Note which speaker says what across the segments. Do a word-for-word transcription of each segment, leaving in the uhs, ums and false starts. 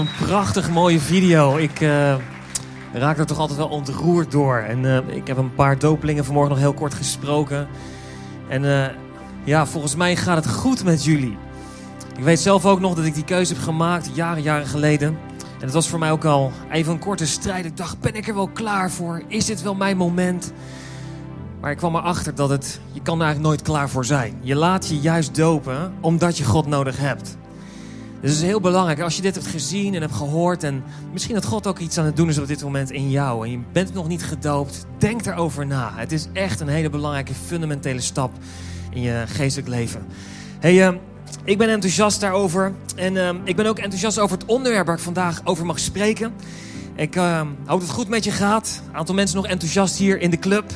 Speaker 1: Een prachtig mooie video. Ik uh, raak er toch altijd wel ontroerd door. En uh, ik heb een paar dopelingen vanmorgen nog heel kort gesproken. En uh, ja, volgens mij gaat het goed met jullie. Ik weet zelf ook nog dat ik die keuze heb gemaakt, jaren, jaren geleden. En het was voor mij ook al even een korte strijd. Ik dacht, ben ik er wel klaar voor? Is dit wel mijn moment? Maar ik kwam erachter dat het, je kan er eigenlijk nooit klaar voor zijn. Je laat je juist dopen omdat je God nodig hebt. Dus het is heel belangrijk, als je dit hebt gezien en hebt gehoord en misschien dat God ook iets aan het doen is op dit moment in jou en je bent nog niet gedoopt, denk erover na. Het is echt een hele belangrijke, fundamentele stap in je geestelijk leven. Hey, uh, ik ben enthousiast daarover en uh, ik ben ook enthousiast over het onderwerp waar ik vandaag over mag spreken. Ik uh, hoop dat het goed met je gaat. Een aantal mensen nog enthousiast hier in de club.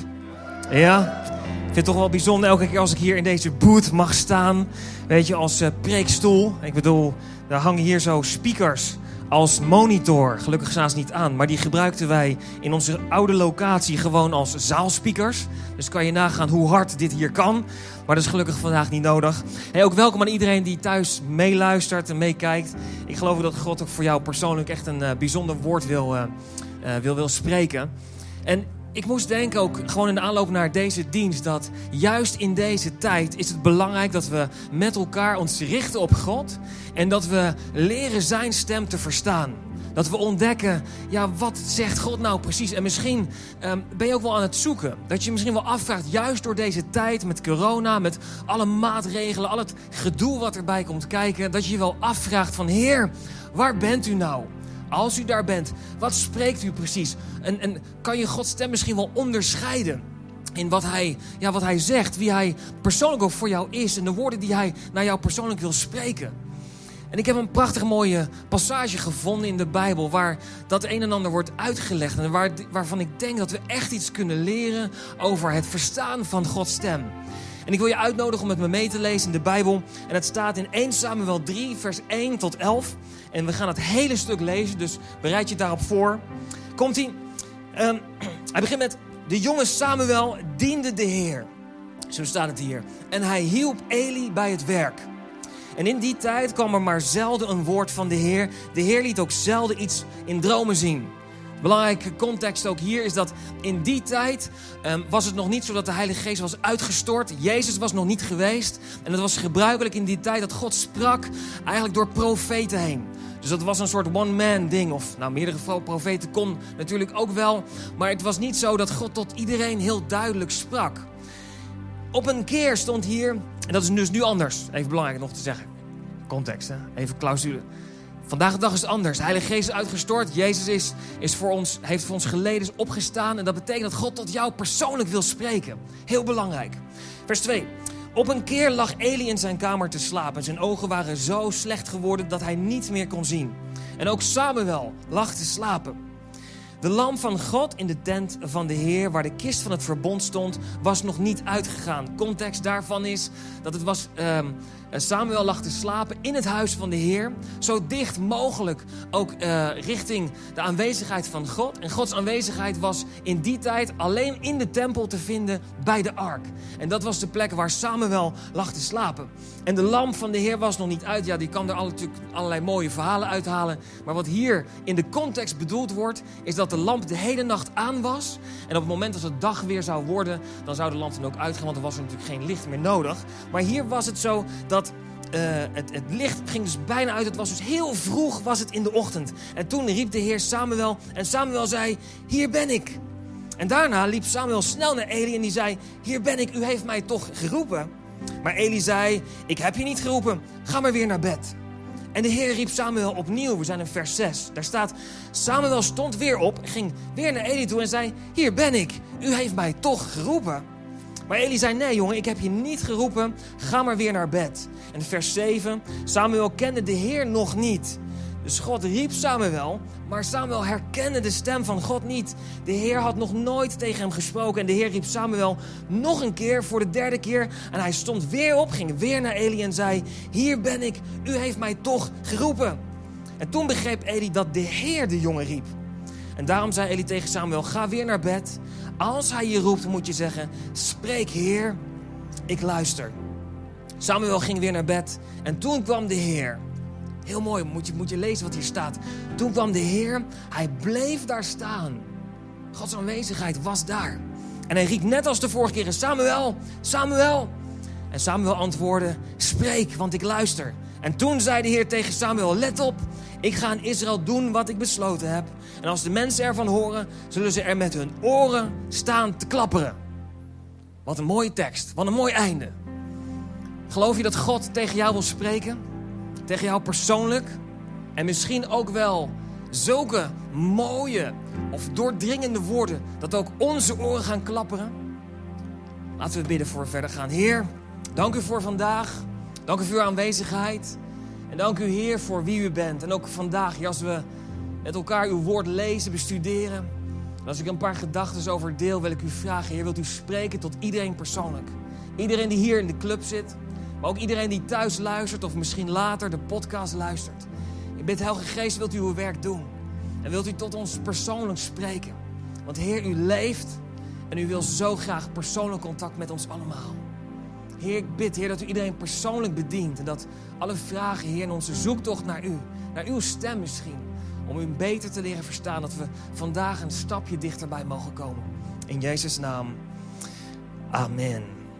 Speaker 1: Ja, ik vind het toch wel bijzonder elke keer als ik hier in deze booth mag staan. Weet je, als uh, preekstoel. Ik bedoel, er hangen hier zo speakers als monitor. Gelukkig staan ze niet aan. Maar die gebruikten wij in onze oude locatie gewoon als zaalspeakers. Dus kan je nagaan hoe hard dit hier kan. Maar dat is gelukkig vandaag niet nodig. Hey, ook welkom aan iedereen die thuis meeluistert en meekijkt. Ik geloof dat God ook voor jou persoonlijk echt een uh, bijzonder woord wil, uh, uh, wil, wil spreken. En ik moest denken ook gewoon in de aanloop naar deze dienst dat juist in deze tijd is het belangrijk dat we met elkaar ons richten op God en dat we leren zijn stem te verstaan. Dat we ontdekken, ja, wat zegt God nou precies? En misschien um, ben je ook wel aan het zoeken. Dat je misschien wel afvraagt, juist door deze tijd met corona, met alle maatregelen, al het gedoe wat erbij komt kijken, dat je je wel afvraagt van, Heer, waar bent u nou? Als u daar bent, wat spreekt u precies? En, en kan je Gods stem misschien wel onderscheiden in wat hij, ja, wat hij zegt, wie hij persoonlijk ook voor jou is en de woorden die hij naar jou persoonlijk wil spreken? En ik heb een prachtig mooie passage gevonden in de Bijbel waar dat een en ander wordt uitgelegd en waar, waarvan ik denk dat we echt iets kunnen leren over het verstaan van Gods stem. En ik wil je uitnodigen om met me mee te lezen in de Bijbel. En het staat in Eerste Samuel drie, vers één tot elf. En we gaan het hele stuk lezen, dus bereid je daarop voor. Komt-ie. Um, hij begint met, de jonge Samuel diende de Heer. Zo staat het hier. En hij hielp Eli bij het werk. En in die tijd kwam er maar zelden een woord van de Heer. De Heer liet ook zelden iets in dromen zien. Belangrijke context ook hier is dat in die tijd um, was het nog niet zo dat de Heilige Geest was uitgestort. Jezus was nog niet geweest. En het was gebruikelijk in die tijd dat God sprak eigenlijk door profeten heen. Dus dat was een soort one-man ding. Of nou, meerdere profeten kon natuurlijk ook wel. Maar het was niet zo dat God tot iedereen heel duidelijk sprak. Op een keer stond hier, en dat is dus nu anders. Even belangrijk nog te zeggen. Context, hè? Even clausule. Vandaag de dag is het anders. De Heilige Geest is uitgestort. Jezus is, is voor ons, heeft voor ons geleden, is opgestaan. En dat betekent dat God tot jou persoonlijk wil spreken. Heel belangrijk. Vers twee. Op een keer lag Eli in zijn kamer te slapen. Zijn ogen waren zo slecht geworden dat hij niet meer kon zien. En ook Samuel lag te slapen. De lamp van God in de tent van de Heer, waar de kist van het verbond stond, was nog niet uitgegaan. Context daarvan is dat het was, um, Samuel lag te slapen in het huis van de Heer. Zo dicht mogelijk ook uh, richting de aanwezigheid van God. En Gods aanwezigheid was in die tijd alleen in de tempel te vinden bij de ark. En dat was de plek waar Samuel lag te slapen. En de lamp van de Heer was nog niet uit. Ja, die kan er alle, natuurlijk allerlei mooie verhalen uithalen. Maar wat hier in de context bedoeld wordt, is dat de lamp de hele nacht aan was. En op het moment dat het dag weer zou worden, dan zou de lamp dan ook uitgaan, want er was er natuurlijk geen licht meer nodig. Maar hier was het zo dat uh, het, het licht ging dus bijna uit. Het was dus heel vroeg was het in de ochtend. En toen riep de Heer Samuel en Samuel zei, hier ben ik. En daarna liep Samuel snel naar Eli en die zei, hier ben ik, u heeft mij toch geroepen? Maar Eli zei, ik heb je niet geroepen, ga maar weer naar bed. En de Heer riep Samuel opnieuw. We zijn in vers zes. Daar staat, Samuel stond weer op, ging weer naar Eli toe en zei, hier ben ik, u heeft mij toch geroepen? Maar Eli zei, nee jongen, ik heb je niet geroepen, ga maar weer naar bed. En vers zeven, Samuel kende de Heer nog niet. Dus God riep Samuel, maar Samuel herkende de stem van God niet. De Heer had nog nooit tegen hem gesproken. En de Heer riep Samuel nog een keer, voor de derde keer. En hij stond weer op, ging weer naar Eli en zei, hier ben ik, u heeft mij toch geroepen. En toen begreep Eli dat de Heer de jongen riep. En daarom zei Eli tegen Samuel, ga weer naar bed. Als hij je roept, moet je zeggen, spreek Heer, ik luister. Samuel ging weer naar bed en toen kwam de Heer. Heel mooi, moet je, moet je lezen wat hier staat. Toen kwam de Heer, hij bleef daar staan. Gods aanwezigheid was daar. En hij riep net als de vorige keren, Samuel, Samuel. En Samuel antwoordde, spreek, want ik luister. En toen zei de Heer tegen Samuel, let op, ik ga in Israël doen wat ik besloten heb. En als de mensen ervan horen, zullen ze er met hun oren staan te klapperen. Wat een mooie tekst, wat een mooi einde. Geloof je dat God tegen jou wil spreken? Tegen jou persoonlijk? En misschien ook wel zulke mooie of doordringende woorden dat ook onze oren gaan klapperen? Laten we bidden voor we verder gaan. Heer, dank u voor vandaag. Dank u voor uw aanwezigheid. En dank u, Heer, voor wie u bent. En ook vandaag, Heer, als we met elkaar uw woord lezen, bestuderen. En als ik een paar gedachten over deel, wil ik u vragen, Heer, wilt u spreken tot iedereen persoonlijk? Iedereen die hier in de club zit, maar ook iedereen die thuis luistert of misschien later de podcast luistert. Ik bid, Heilige Geest, wilt u uw werk doen? En wilt u tot ons persoonlijk spreken? Want Heer, u leeft en u wil zo graag persoonlijk contact met ons allemaal. Heer, ik bid, Heer, dat u iedereen persoonlijk bedient. En dat alle vragen, Heer, in onze zoektocht naar u, naar uw stem misschien, om u beter te leren verstaan, dat we vandaag een stapje dichterbij mogen komen. In Jezus' naam. Amen.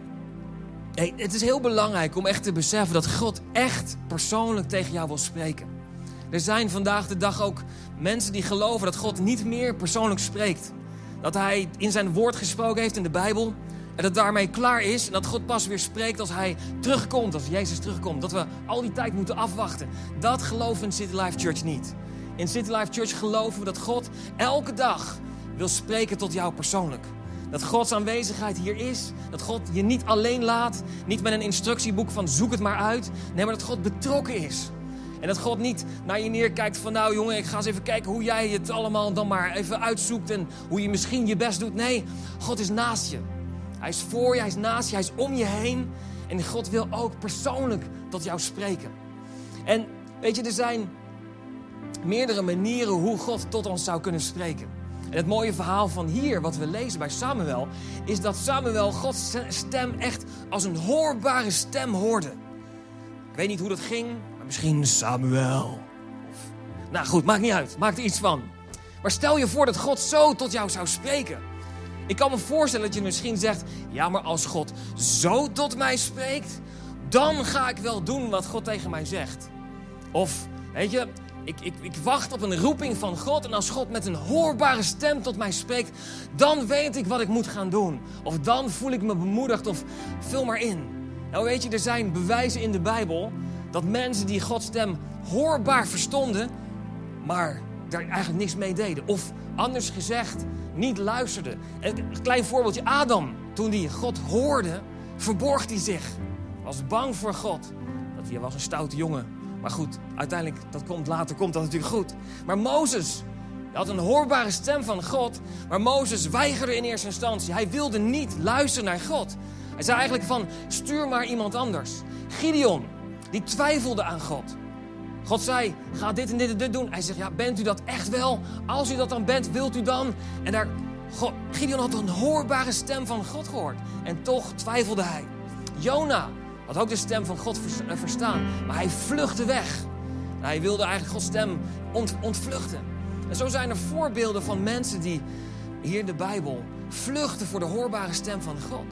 Speaker 1: Hey, het is heel belangrijk om echt te beseffen dat God echt persoonlijk tegen jou wil spreken. Er zijn vandaag de dag ook mensen die geloven dat God niet meer persoonlijk spreekt. Dat hij in zijn woord gesproken heeft in de Bijbel. En dat daarmee klaar is. En dat God pas weer spreekt als hij terugkomt. Als Jezus terugkomt. Dat we al die tijd moeten afwachten. Dat geloven we in City Life Church niet. In City Life Church geloven we dat God elke dag wil spreken tot jou persoonlijk. Dat Gods aanwezigheid hier is. Dat God je niet alleen laat. Niet met een instructieboek van zoek het maar uit. Nee, maar dat God betrokken is. En dat God niet naar je neerkijkt van nou jongen, ik ga eens even kijken hoe jij het allemaal dan maar even uitzoekt. En hoe je misschien je best doet. Nee, God is naast je. Hij is voor je, hij is naast je, hij is om je heen. En God wil ook persoonlijk tot jou spreken. En weet je, er zijn meerdere manieren hoe God tot ons zou kunnen spreken. En het mooie verhaal van hier, wat we lezen bij Samuel, is dat Samuel Gods stem echt als een hoorbare stem hoorde. Ik weet niet hoe dat ging, maar misschien Samuel. Of, nou goed, maakt niet uit, maakt er iets van. Maar stel je voor dat God zo tot jou zou spreken. Ik kan me voorstellen dat je misschien zegt, ja, maar als God zo tot mij spreekt, dan ga ik wel doen wat God tegen mij zegt. Of, weet je, ik, ik, ik wacht op een roeping van God en als God met een hoorbare stem tot mij spreekt, dan weet ik wat ik moet gaan doen. Of dan voel ik me bemoedigd of vul maar in. Nou weet je, er zijn bewijzen in de Bijbel dat mensen die Gods stem hoorbaar verstonden, maar daar eigenlijk niks mee deden. Of anders gezegd, niet luisterden. Een klein voorbeeldje, Adam, toen hij God hoorde, verborg hij zich. Was bang voor God. Dat hij was een stoute jongen. Maar goed, uiteindelijk, dat komt later, komt dat natuurlijk goed. Maar Mozes, hij had een hoorbare stem van God, maar Mozes weigerde in eerste instantie. Hij wilde niet luisteren naar God. Hij zei eigenlijk van, stuur maar iemand anders. Gideon, die twijfelde aan God. God zei, ga dit en dit en dit doen. Hij zegt, ja, bent u dat echt wel? Als u dat dan bent, wilt u dan? En daar, God, Gideon had een hoorbare stem van God gehoord. En toch twijfelde hij. Jona had ook de stem van God verstaan. Maar hij vluchtte weg. Hij wilde eigenlijk Gods stem ont, ontvluchten. En zo zijn er voorbeelden van mensen die hier in de Bijbel vluchten voor de hoorbare stem van God.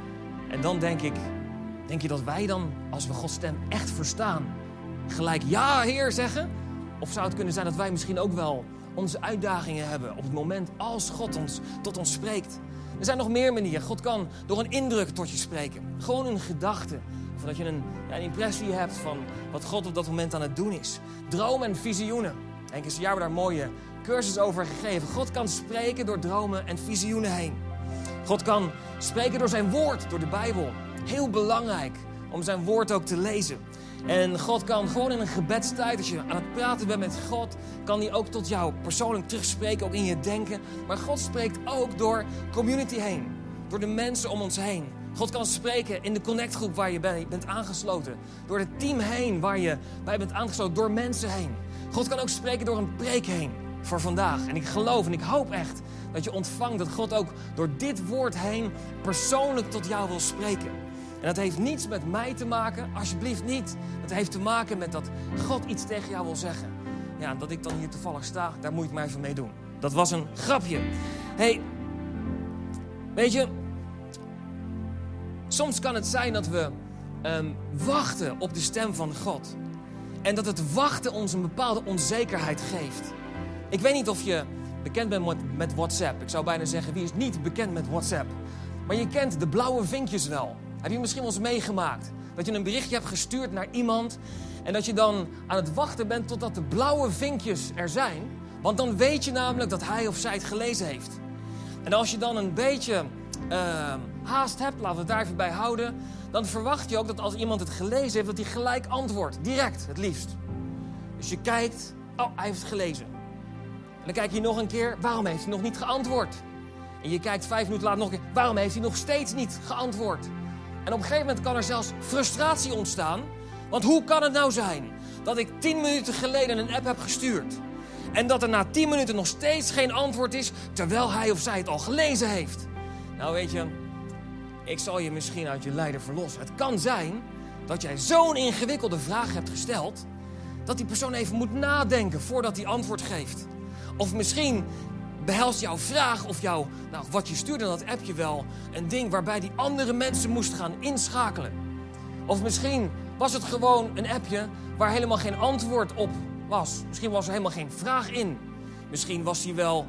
Speaker 1: En dan denk ik, denk je dat wij dan, als we Gods stem echt verstaan, gelijk ja, Heer zeggen? Of zou het kunnen zijn dat wij misschien ook wel onze uitdagingen hebben op het moment als God ons, tot ons spreekt? Er zijn nog meer manieren. God kan door een indruk tot je spreken. Gewoon een gedachte. Of dat je een, ja, een impressie hebt van wat God op dat moment aan het doen is. Dromen en visioenen. Enkele jaar hebben we daar mooie cursus over gegeven. God kan spreken door dromen en visioenen heen. God kan spreken door zijn woord, door de Bijbel. Heel belangrijk om zijn woord ook te lezen. En God kan gewoon in een gebedstijd, als je aan het praten bent met God, kan hij ook tot jou persoonlijk terugspreken, ook in je denken. Maar God spreekt ook door community heen, door de mensen om ons heen. God kan spreken in de connectgroep waar je bent aangesloten, door het team heen waar je bij bent aangesloten, door mensen heen. God kan ook spreken door een preek heen voor vandaag. En ik geloof en ik hoop echt dat je ontvangt dat God ook door dit woord heen persoonlijk tot jou wil spreken. En dat heeft niets met mij te maken, alsjeblieft niet. Het heeft te maken met dat God iets tegen jou wil zeggen. Ja, en dat ik dan hier toevallig sta, daar moet je het maar even mee doen. Dat was een grapje. Hey, weet je, soms kan het zijn dat we um, wachten op de stem van God. En dat het wachten ons een bepaalde onzekerheid geeft. Ik weet niet of je bekend bent met, met WhatsApp. Ik zou bijna zeggen, wie is niet bekend met WhatsApp? Maar je kent de blauwe vinkjes wel. Heb je misschien wel eens meegemaakt? Dat je een berichtje hebt gestuurd naar iemand en dat je dan aan het wachten bent totdat de blauwe vinkjes er zijn. Want dan weet je namelijk dat hij of zij het gelezen heeft. En als je dan een beetje uh, haast hebt, laten we het daar even bij houden, dan verwacht je ook dat als iemand het gelezen heeft, dat hij gelijk antwoordt. Direct, het liefst. Dus je kijkt, oh, hij heeft het gelezen. En dan kijk je nog een keer, waarom heeft hij nog niet geantwoord? En je kijkt vijf minuten later nog een keer, waarom heeft hij nog steeds niet geantwoord? En op een gegeven moment kan er zelfs frustratie ontstaan. Want hoe kan het nou zijn dat ik tien minuten geleden een app heb gestuurd en dat er na tien minuten nog steeds geen antwoord is, terwijl hij of zij het al gelezen heeft? Nou weet je, ik zal je misschien uit je lijden verlossen. Het kan zijn dat jij zo'n ingewikkelde vraag hebt gesteld, dat die persoon even moet nadenken voordat hij antwoord geeft. Of misschien behelst jouw vraag of jouw, nou, wat je stuurde in dat appje wel een ding waarbij die andere mensen moest gaan inschakelen. Of misschien was het gewoon een appje waar helemaal geen antwoord op was. Misschien was er helemaal geen vraag in. Misschien was hij wel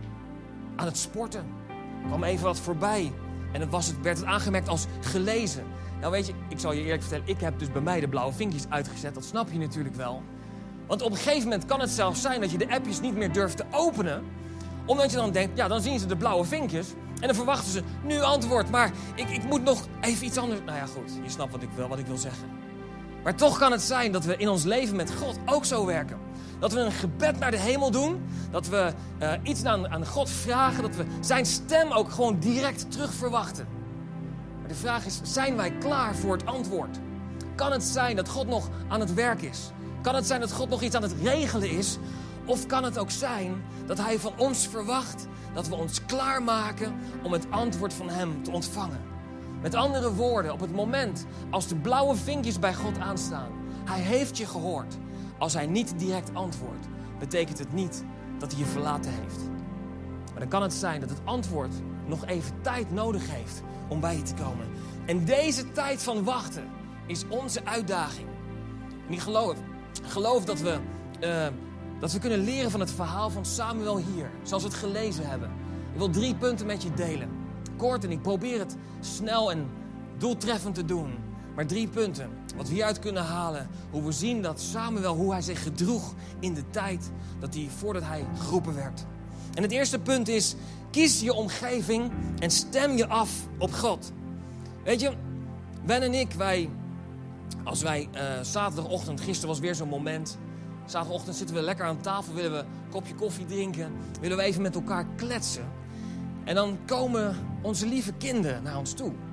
Speaker 1: aan het sporten. Er kwam even wat voorbij en het was het, werd het aangemerkt als gelezen. Nou weet je, ik zal je eerlijk vertellen, ik heb dus bij mij de blauwe vinkjes uitgezet. Dat snap je natuurlijk wel. Want op een gegeven moment kan het zelfs zijn dat je de appjes niet meer durft te openen, omdat je dan denkt, ja, dan zien ze de blauwe vinkjes en dan verwachten ze nu antwoord. Maar ik, ik moet nog even iets anders. Nou ja, goed, je snapt wat ik, wil, wat ik wil zeggen. Maar toch kan het zijn dat we in ons leven met God ook zo werken. Dat we een gebed naar de hemel doen. Dat we uh, iets aan, aan God vragen. Dat we zijn stem ook gewoon direct terug verwachten. Maar de vraag is, zijn wij klaar voor het antwoord? Kan het zijn dat God nog aan het werk is? Kan het zijn dat God nog iets aan het regelen is? Of kan het ook zijn dat hij van ons verwacht dat we ons klaarmaken om het antwoord van hem te ontvangen? Met andere woorden, op het moment als de blauwe vinkjes bij God aanstaan, hij heeft je gehoord. Als hij niet direct antwoordt, betekent het niet dat hij je verlaten heeft. Maar dan kan het zijn dat het antwoord nog even tijd nodig heeft om bij je te komen. En deze tijd van wachten is onze uitdaging. En ik geloof, geloof dat we... Uh, Dat we kunnen leren van het verhaal van Samuel hier. Zoals we het gelezen hebben. Ik wil drie punten met je delen. Kort en ik probeer het snel en doeltreffend te doen. Maar drie punten. Wat we hieruit kunnen halen. Hoe we zien dat Samuel, hoe hij zich gedroeg in de tijd dat hij, voordat hij geroepen werd. En het eerste punt is, kies je omgeving en stem je af op God. Weet je, Ben en ik, wij, als wij uh, zaterdagochtend, gisteren was weer zo'n moment. Zaterdagochtend zitten we lekker aan tafel, willen we een kopje koffie drinken. Willen we even met elkaar kletsen. En dan komen onze lieve kinderen naar ons toe.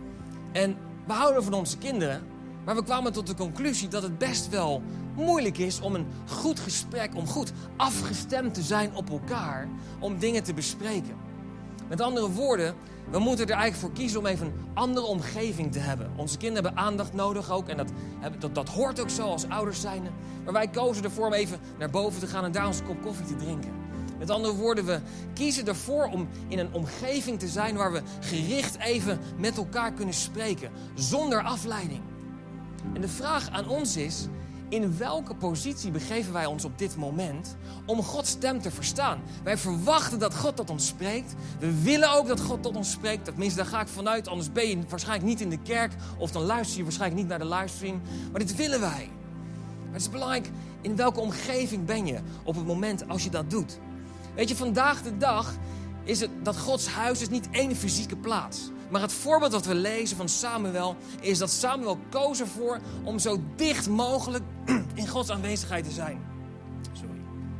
Speaker 1: En we houden van onze kinderen. Maar we kwamen tot de conclusie dat het best wel moeilijk is om een goed gesprek, om goed afgestemd te zijn op elkaar, om dingen te bespreken. Met andere woorden, we moeten er eigenlijk voor kiezen om even een andere omgeving te hebben. Onze kinderen hebben aandacht nodig ook en dat, dat, dat hoort ook zo als ouders zijnde. Maar wij kozen ervoor om even naar boven te gaan en daar onze kop koffie te drinken. Met andere woorden, we kiezen ervoor om in een omgeving te zijn waar we gericht even met elkaar kunnen spreken, zonder afleiding. En de vraag aan ons is, in welke positie begeven wij ons op dit moment om Gods stem te verstaan? Wij verwachten dat God tot ons spreekt. We willen ook dat God tot ons spreekt. Tenminste, daar ga ik vanuit. Anders ben je waarschijnlijk niet in de kerk. Of dan luister je waarschijnlijk niet naar de livestream. Maar dit willen wij. Maar het is belangrijk, in welke omgeving ben je op het moment als je dat doet? Weet je, vandaag de dag is het dat Gods huis is niet één fysieke plaats. Maar het voorbeeld dat we lezen van Samuel is dat Samuel koos ervoor om zo dicht mogelijk in Gods aanwezigheid te zijn. Sorry.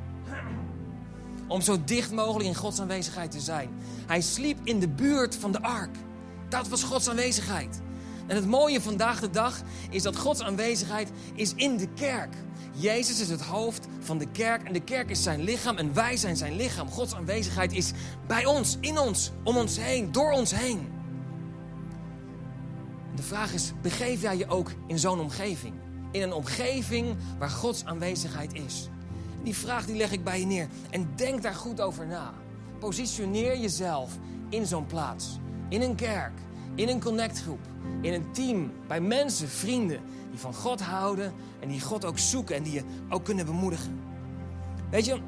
Speaker 1: Om zo dicht mogelijk in Gods aanwezigheid te zijn. Hij sliep in de buurt van de ark. Dat was Gods aanwezigheid. En het mooie vandaag de dag is dat Gods aanwezigheid is in de kerk. Jezus is het hoofd van de kerk en de kerk is zijn lichaam en wij zijn zijn lichaam. Gods aanwezigheid is bij ons, in ons, om ons heen, door ons heen.
Speaker 2: De vraag is, begeef jij je ook in zo'n omgeving? In een omgeving waar Gods aanwezigheid is. En die vraag die leg ik bij je neer. En denk daar goed over na. Positioneer jezelf in zo'n plaats. In een kerk, in een connectgroep, in een team, bij mensen, vrienden die van God houden en die God ook zoeken en die je ook kunnen bemoedigen. Weet je,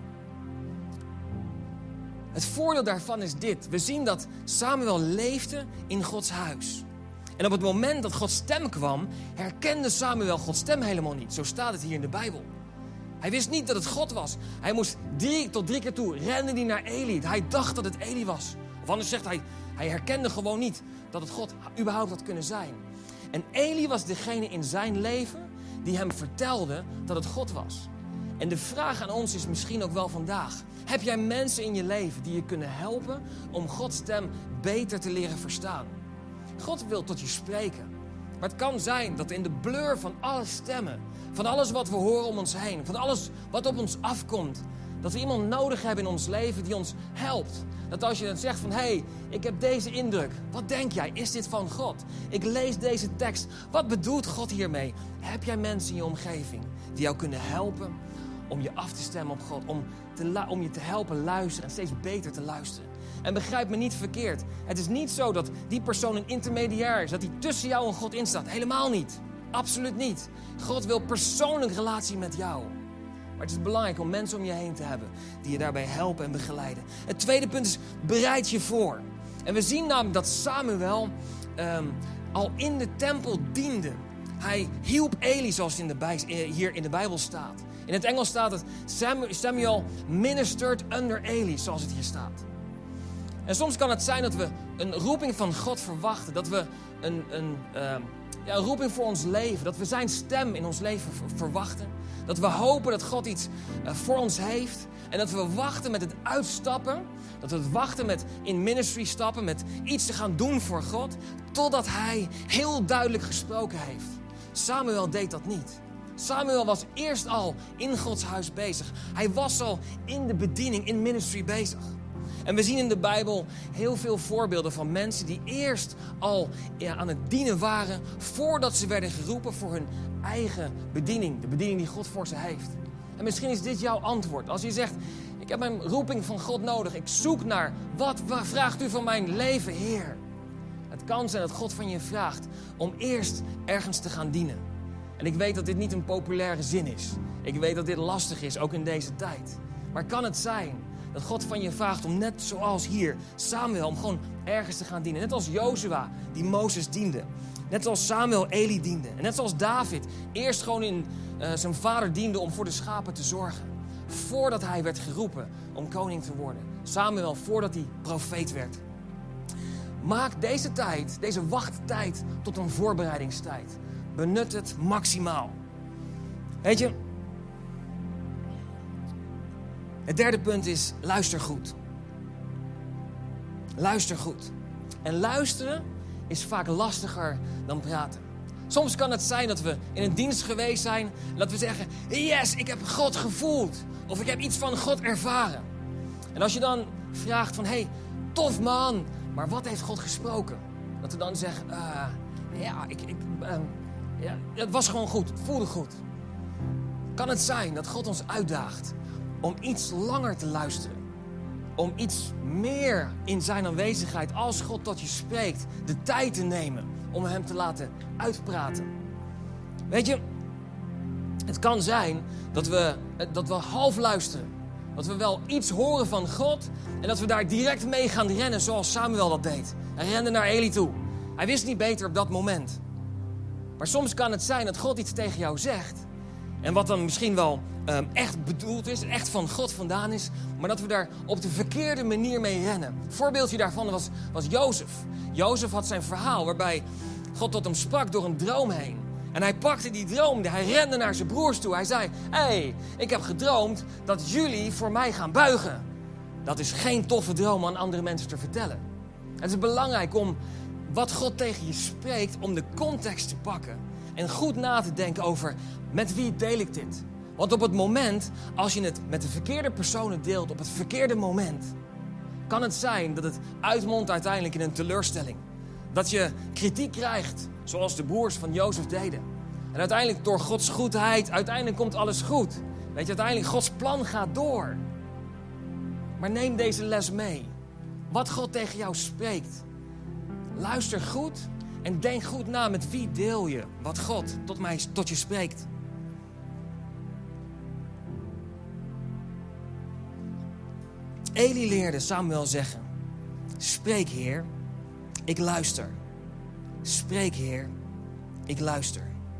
Speaker 2: het voordeel daarvan is dit. We zien dat Samuel leefde in Gods huis. En op het moment dat Gods stem kwam, herkende Samuel Gods stem helemaal niet. Zo staat het hier in de Bijbel. Hij wist niet dat het God was. Hij moest drie tot drie keer toe, rende hij naar Eli. Hij dacht dat het Eli was. Of anders zegt hij, hij herkende gewoon niet dat het God überhaupt had kunnen zijn. En Eli was degene in zijn leven die hem vertelde dat het God was. En de vraag aan ons is misschien ook wel vandaag. Heb jij mensen in je leven die je kunnen helpen om Gods stem beter te leren verstaan? God wil tot je spreken. Maar het kan zijn dat in de blur van alle stemmen, van alles wat we horen om ons heen, van alles wat op ons afkomt, dat we iemand nodig hebben in ons leven die ons helpt. Dat als je dan zegt van, hé, hey, ik heb deze indruk. Wat denk jij? Is dit van God? Ik lees deze tekst. Wat bedoelt God hiermee? Heb jij mensen in je omgeving die jou kunnen helpen om je af te stemmen op God? Om, te, om je te helpen luisteren en steeds beter te luisteren. En begrijp me niet verkeerd. Het is niet zo dat die persoon een intermediair is. Dat hij tussen jou en God instaat. Helemaal niet. Absoluut niet. God wil persoonlijk relatie met jou. Maar het is belangrijk om mensen om je heen te hebben die je daarbij helpen en begeleiden. Het tweede punt is, bereid je voor. En we zien namelijk dat Samuel um, al in de tempel diende. Hij hielp Eli, zoals het in de bij, hier in de Bijbel staat. In het Engels staat het, Samuel ministered under Eli, zoals het hier staat. En soms kan het zijn dat we een roeping van God verwachten. Dat we een, een, uh, ja, een roeping voor ons leven. Dat we zijn stem in ons leven verwachten. Dat we hopen dat God iets uh, voor ons heeft. En dat we wachten met het uitstappen. Dat we het wachten met in ministry stappen. Met iets te gaan doen voor God. Totdat hij heel duidelijk gesproken heeft. Samuel deed dat niet. Samuel was eerst al in Gods huis bezig. Hij was al in de bediening, in ministry bezig. En we zien in de Bijbel heel veel voorbeelden van mensen die eerst al ja, aan het dienen waren voordat ze werden geroepen voor hun eigen bediening. De bediening die God voor ze heeft. En misschien is dit jouw antwoord. Als je zegt, ik heb een roeping van God nodig. Ik zoek naar, wat, wat vraagt u van mijn leven, Heer? Het kan zijn dat God van je vraagt om eerst ergens te gaan dienen. En ik weet dat dit niet een populaire zin is. Ik weet dat dit lastig is, ook in deze tijd. Maar kan het zijn dat God van je vraagt om net zoals hier, Samuel, om gewoon ergens te gaan dienen. Net als Jozua, die Mozes diende. Net zoals Samuel Eli diende. En net zoals David eerst gewoon in uh, zijn vader diende om voor de schapen te zorgen. Voordat hij werd geroepen om koning te worden. Samuel, voordat hij profeet werd. Maak deze tijd, deze wachttijd, tot een voorbereidingstijd. Benut het maximaal. Weet je, het derde punt is, luister goed. Luister goed. En luisteren is vaak lastiger dan praten. Soms kan het zijn dat we in een dienst geweest zijn en dat we zeggen, yes, ik heb God gevoeld. Of ik heb iets van God ervaren. En als je dan vraagt van, hey, tof man, maar wat heeft God gesproken? Dat we dan zeggen, uh, ja, ik, ik, uh, ja, het was gewoon goed, het voelde goed. Kan het zijn dat God ons uitdaagt om iets langer te luisteren. Om iets meer in zijn aanwezigheid, als God tot je spreekt, de tijd te nemen om hem te laten uitpraten. Weet je, het kan zijn dat we, dat we half luisteren. Dat we wel iets horen van God en dat we daar direct mee gaan rennen zoals Samuel dat deed. Hij rende naar Eli toe. Hij wist niet beter op dat moment. Maar soms kan het zijn dat God iets tegen jou zegt. En wat dan misschien wel um, echt bedoeld is, echt van God vandaan is. Maar dat we daar op de verkeerde manier mee rennen. Een voorbeeldje daarvan was, was Jozef. Jozef had zijn verhaal waarbij God tot hem sprak door een droom heen. En hij pakte die droom, hij rende naar zijn broers toe. Hij zei, hé, hey, ik heb gedroomd dat jullie voor mij gaan buigen. Dat is geen toffe droom aan andere mensen te vertellen. Het is belangrijk om wat God tegen je spreekt, om de context te pakken. En goed na te denken over, met wie deel ik dit? Want op het moment, als je het met de verkeerde personen deelt, op het verkeerde moment, kan het zijn dat het uitmondt uiteindelijk in een teleurstelling. Dat je kritiek krijgt. Zoals de broers van Jozef deden. En uiteindelijk door Gods goedheid, uiteindelijk komt alles goed. Weet je, uiteindelijk Gods plan gaat door. Maar neem deze les mee. Wat God tegen jou spreekt. Luister goed en denk goed na met wie deel je wat God tot, mij, tot je spreekt. Eli leerde Samuel zeggen: spreek, Heer, ik luister. Spreek, Heer, ik luister.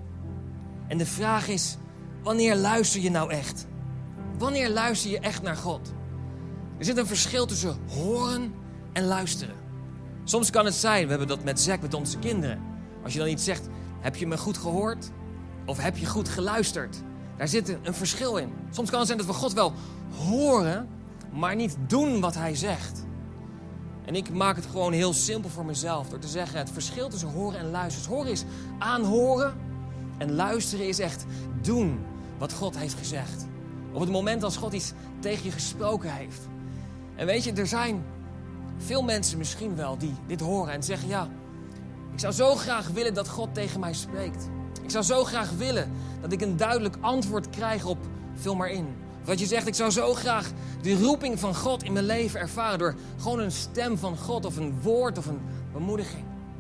Speaker 2: En de vraag is, wanneer luister je nou echt? Wanneer luister je echt naar God? Er zit een verschil tussen horen en luisteren. Soms kan het zijn, we hebben dat met Zack, met onze kinderen. Als je dan iets zegt, heb je me goed gehoord? Of heb je goed geluisterd? Daar zit een verschil in. Soms kan het zijn dat we God wel horen, maar niet doen wat hij zegt. En ik maak het gewoon heel simpel voor mezelf. Door te zeggen, het verschil tussen horen en luisteren. Horen is aanhoren. En luisteren is echt doen wat God heeft gezegd. Op het moment als God iets tegen je gesproken heeft. En weet je, er zijn veel mensen misschien wel die dit horen en zeggen: ja, ik zou zo graag willen dat God tegen mij spreekt. Ik zou zo graag willen dat ik een duidelijk antwoord krijg op vul maar in. Wat je zegt, ik zou zo graag de roeping van God in mijn leven ervaren door gewoon een stem van God of een woord of een bemoediging.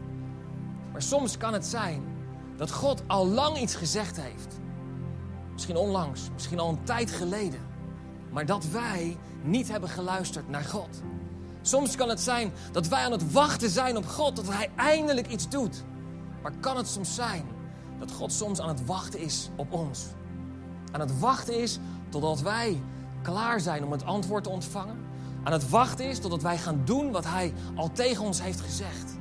Speaker 2: Maar soms kan het zijn dat God al lang iets gezegd heeft. Misschien onlangs, misschien al een tijd geleden. Maar dat wij niet hebben geluisterd naar God. Soms kan het zijn dat wij aan het wachten zijn op God, dat hij eindelijk iets doet. Maar kan het soms zijn dat God soms aan het wachten is op ons. Aan het wachten is totdat wij klaar zijn om het antwoord te ontvangen. Aan het wachten is totdat wij gaan doen wat hij al tegen ons heeft gezegd.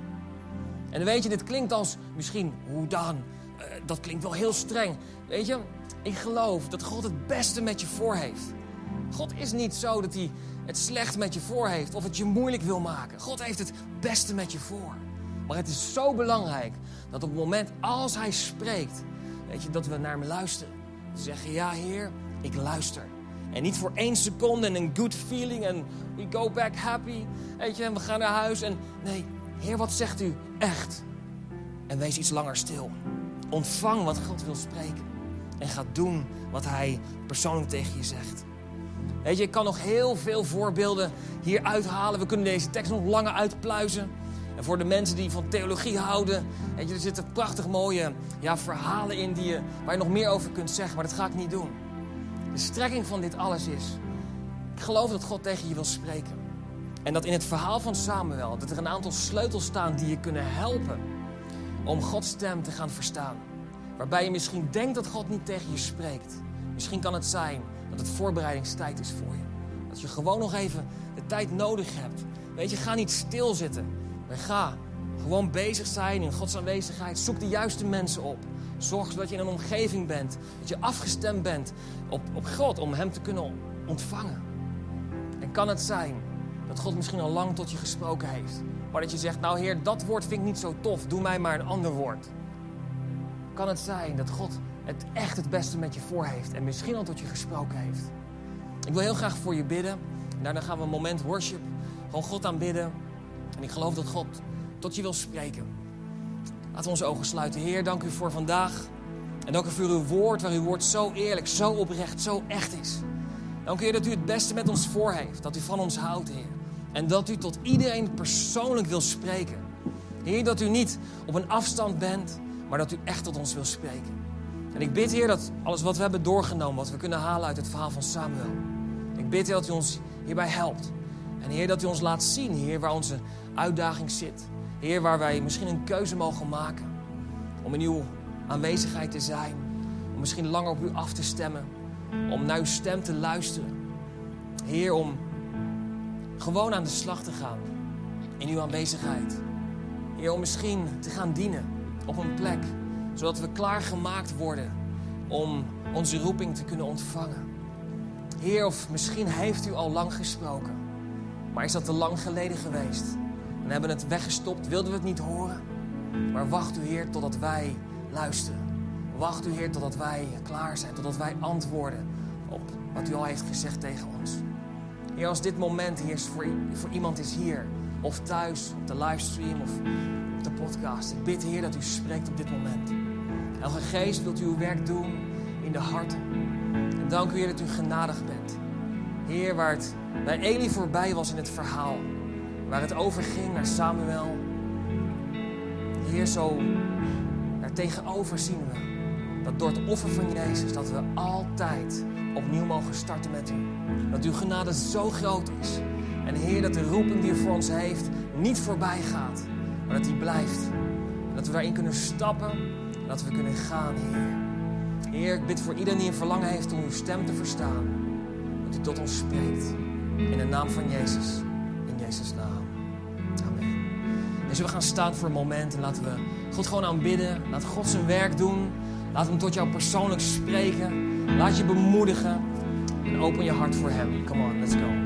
Speaker 2: En weet je, dit klinkt als misschien, hoe dan? Uh, dat klinkt wel heel streng. Weet je, ik geloof dat God het beste met je voor heeft. God is niet zo dat hij het slecht met je voor heeft of het je moeilijk wil maken. God heeft het beste met je voor. Maar het is zo belangrijk dat op het moment als hij spreekt, weet je, dat we naar hem luisteren. Zeggen, ja Heer, ik luister. En niet voor één seconde en een good feeling en we go back happy. Weet je, en we gaan naar huis. En nee, Heer, wat zegt u echt? En wees iets langer stil. Ontvang wat God wil spreken. En ga doen wat hij persoonlijk tegen je zegt. Weet je, ik kan nog heel veel voorbeelden hier uithalen. We kunnen deze tekst nog langer uitpluizen. En voor de mensen die van theologie houden, weet je, er zitten prachtig mooie ja, verhalen in die je, waar je nog meer over kunt zeggen. Maar dat ga ik niet doen. De strekking van dit alles is, ik geloof dat God tegen je wil spreken. En dat in het verhaal van Samuel, dat er een aantal sleutels staan die je kunnen helpen om Gods stem te gaan verstaan. Waarbij je misschien denkt dat God niet tegen je spreekt. Misschien kan het zijn dat het voorbereidingstijd is voor je. Dat je gewoon nog even de tijd nodig hebt. Weet je, ga niet stilzitten. Maar ga gewoon bezig zijn in Gods aanwezigheid. Zoek de juiste mensen op. Zorg dat je in een omgeving bent. Dat je afgestemd bent op, op God om hem te kunnen ontvangen. En kan het zijn dat God misschien al lang tot je gesproken heeft. Maar dat je zegt, nou Heer, dat woord vind ik niet zo tof. Doe mij maar een ander woord. Kan het zijn dat God het echt het beste met je voor heeft. En misschien al tot je gesproken heeft. Ik wil heel graag voor je bidden. En daarna gaan we een moment worship. Gewoon God aanbidden. En ik geloof dat God tot je wil spreken. Laten we onze ogen sluiten. Heer, dank u voor vandaag. En dank u voor uw woord, waar uw woord zo eerlijk, zo oprecht, zo echt is. Dank u, Heer, dat u het beste met ons voor heeft. Dat u van ons houdt, Heer. En dat u tot iedereen persoonlijk wil spreken. Heer, dat u niet op een afstand bent, maar dat u echt tot ons wil spreken. En ik bid, Heer, dat alles wat we hebben doorgenomen, wat we kunnen halen uit het verhaal van Samuel. Ik bid, Heer, dat u ons hierbij helpt. En Heer, dat u ons laat zien, Heer, waar onze uitdaging zit. Heer, waar wij misschien een keuze mogen maken. Om in uw aanwezigheid te zijn. Om misschien langer op u af te stemmen. Om naar uw stem te luisteren. Heer, om gewoon aan de slag te gaan. In uw aanwezigheid. Heer, om misschien te gaan dienen op een plek. Zodat we klaargemaakt worden om onze roeping te kunnen ontvangen. Heer, of misschien heeft u al lang gesproken. Maar is dat te lang geleden geweest? En hebben het weggestopt, wilden we het niet horen. Maar wacht u, Heer, totdat wij luisteren. Wacht u, Heer, totdat wij klaar zijn. Totdat wij antwoorden op wat u al heeft gezegd tegen ons. Heer, als dit moment, Heer, voor, voor iemand is hier. Of thuis, op de livestream of op de podcast. Ik bid, Heer, dat u spreekt op dit moment. Heilige Geest, wilt u uw werk doen in de harten. En dank u, Heer, dat u genadig bent. Heer, waar het bij Eli voorbij was in het verhaal. Waar het overging naar Samuel. Heer, zo daartegenover zien we dat door het offer van Jezus, dat we altijd opnieuw mogen starten met u. Dat uw genade zo groot is. En Heer, dat de roeping die u voor ons heeft niet voorbij gaat, maar dat die blijft. En dat we daarin kunnen stappen en dat we kunnen gaan, Heer. Heer, ik bid voor iedereen die een verlangen heeft om uw stem te verstaan. Dat u tot ons spreekt. In de naam van Jezus. In Jezus' naam. Amen. En zullen we gaan staan voor een moment en laten we God gewoon aanbidden. Laat God zijn werk doen. Laat hem tot jou persoonlijk spreken. Laat je bemoedigen. En open je hart voor hem. Come on, let's go.